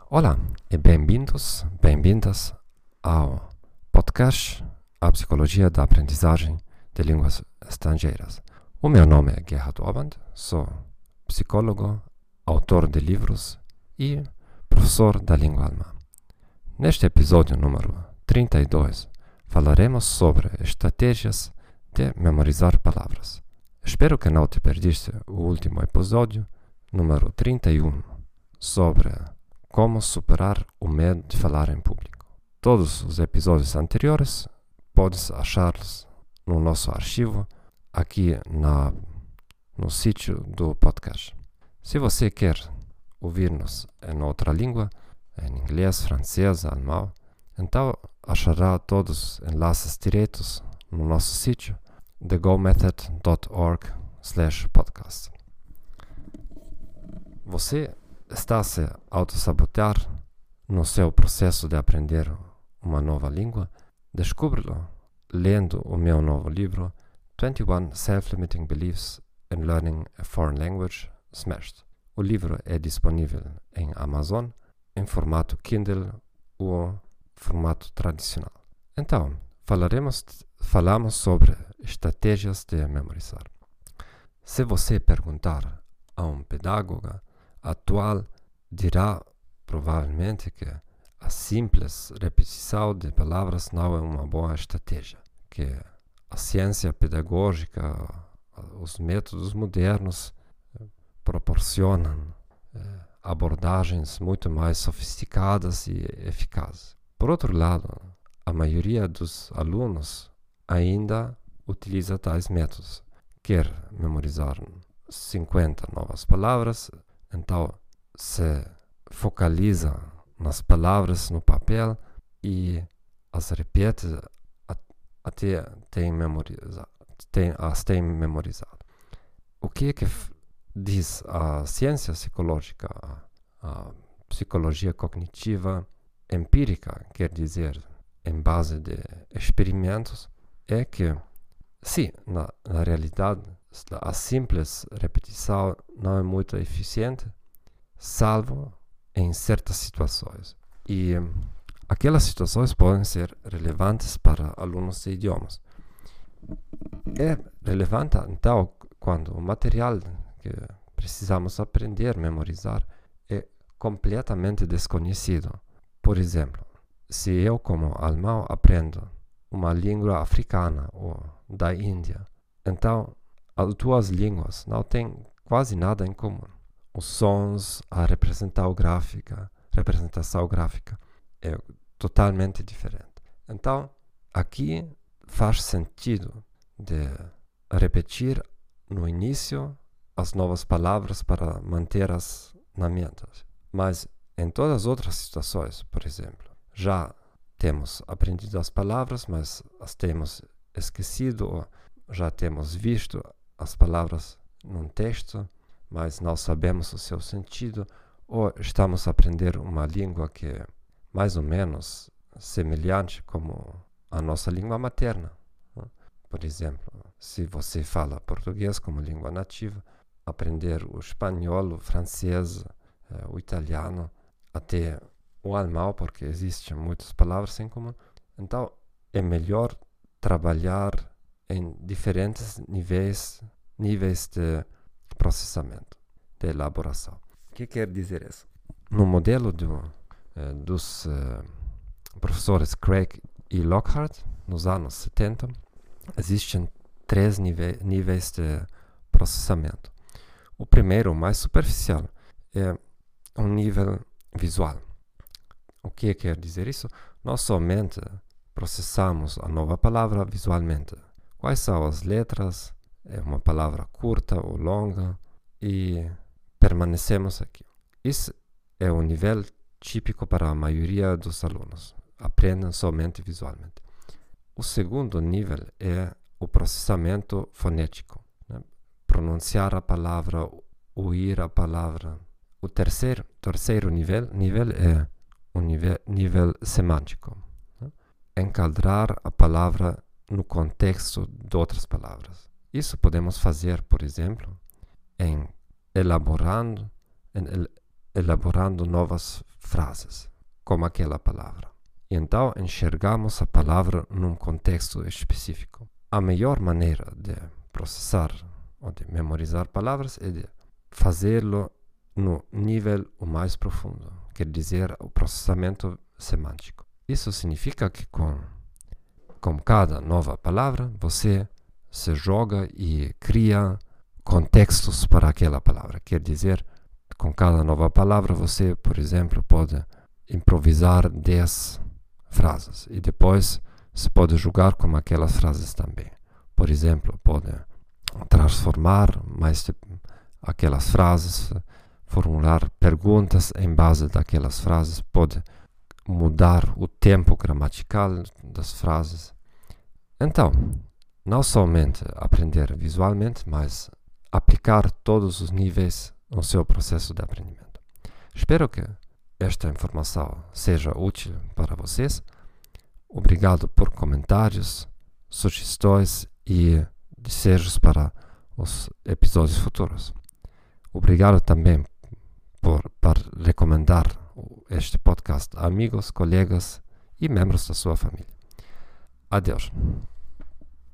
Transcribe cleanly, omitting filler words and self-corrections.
Olá e bem-vindas ao podcast A Psicologia da Aprendizagem de Línguas Estrangeiras. O meu nome é Gerhard Orband, sou psicólogo, autor de livros e professor da língua alemã. Neste episódio número 32, falaremos sobre estratégias de memorizar palavras. Espero que não te perdiste o último episódio, número 31, sobre como superar o medo de falar em público. Todos os episódios anteriores podes achá-los no nosso arquivo aqui no sítio do podcast. Se você quer ouvir-nos em outra língua, em inglês, francês, alemão, então achará todos os enlaces diretos no nosso sítio thegomethod.org/podcast. Você está se auto-sabotar no seu processo de aprender uma nova língua? Descubra-lo lendo o meu novo livro 21 Self-Limiting Beliefs in Learning a Foreign Language Smashed. O livro é disponível em Amazon em formato Kindle ou formato tradicional. Então, falamos sobre estratégias de memorizar. Se você perguntar a um pedagogo atual, dirá provavelmente que a simples repetição de palavras não é uma boa estratégia, que a ciência pedagógica, os métodos modernos proporcionam abordagens muito mais sofisticadas e eficazes. Por outro lado, a maioria dos alunos ainda utiliza tais métodos. Quer memorizar 50 novas palavras, então se focaliza nas palavras no papel e as repete até as tem memorizado. O que é que diz a ciência psicológica, a psicologia cognitiva empírica, quer dizer, em base de experimentos, é que, sim, na realidade, a simples repetição não é muito eficiente, salvo em certas situações. E aquelas situações podem ser relevantes para alunos de idiomas. É relevante, então, quando o material que precisamos aprender, memorizar, é completamente desconhecido. Por exemplo, se eu, como alemão, aprendo uma língua africana ou da Índia, então as duas línguas não têm quase nada em comum. Os sons, a representação gráfica é totalmente diferente. Então, aqui faz sentido de repetir no início as novas palavras para mantê-las na mente. Mas em todas as outras situações, por exemplo, já temos aprendido as palavras, mas as temos esquecido, ou já temos visto as palavras num texto, mas não sabemos o seu sentido, ou estamos a aprender uma língua que é mais ou menos semelhante como a nossa língua materna. Por exemplo, se você fala português como língua nativa, aprender o espanhol, o francês, o italiano, até o alemão, porque existem muitas palavras em comum. Então, é melhor trabalhar em diferentes níveis de processamento, de elaboração. O que quer dizer isso? No modelo dos professores Craig e Lockhart, nos anos 70, existem 3 níveis de processamento. O primeiro, o mais superficial, é um nível visual. O que quer dizer isso? Nós somente processamos a nova palavra visualmente. Quais são as letras? É uma palavra curta ou longa? E permanecemos aqui. Isso é o nível típico para a maioria dos alunos. Aprendem somente visualmente. O segundo nível é o processamento fonético. Né? Pronunciar a palavra, ouvir a palavra. O terceiro nível é o nível semântico. Né? Enquadrar a palavra no contexto de outras palavras. Isso podemos fazer, por exemplo, elaborando novas frases, como aquela palavra. Então, enxergamos a palavra num contexto específico. A melhor maneira de processar ou de memorizar palavras é de fazê-lo no nível o mais profundo, quer dizer, o processamento semântico. Isso significa que com cada nova palavra, você se joga e cria contextos para aquela palavra. Quer dizer, com cada nova palavra, você, por exemplo, pode improvisar 10 frases e depois se pode jogar com aquelas frases também. Por exemplo, pode transformar mais aquelas frases, formular perguntas em base daquelas frases, pode mudar o tempo gramatical das frases. Então, não somente aprender visualmente, mas aplicar todos os níveis no seu processo de aprendimento. Espero que esta informação seja útil para vocês. Obrigado por comentários, sugestões e desejos para os episódios futuros. Obrigado também por recomendar este podcast a amigos, colegas e membros da sua família. Adeus.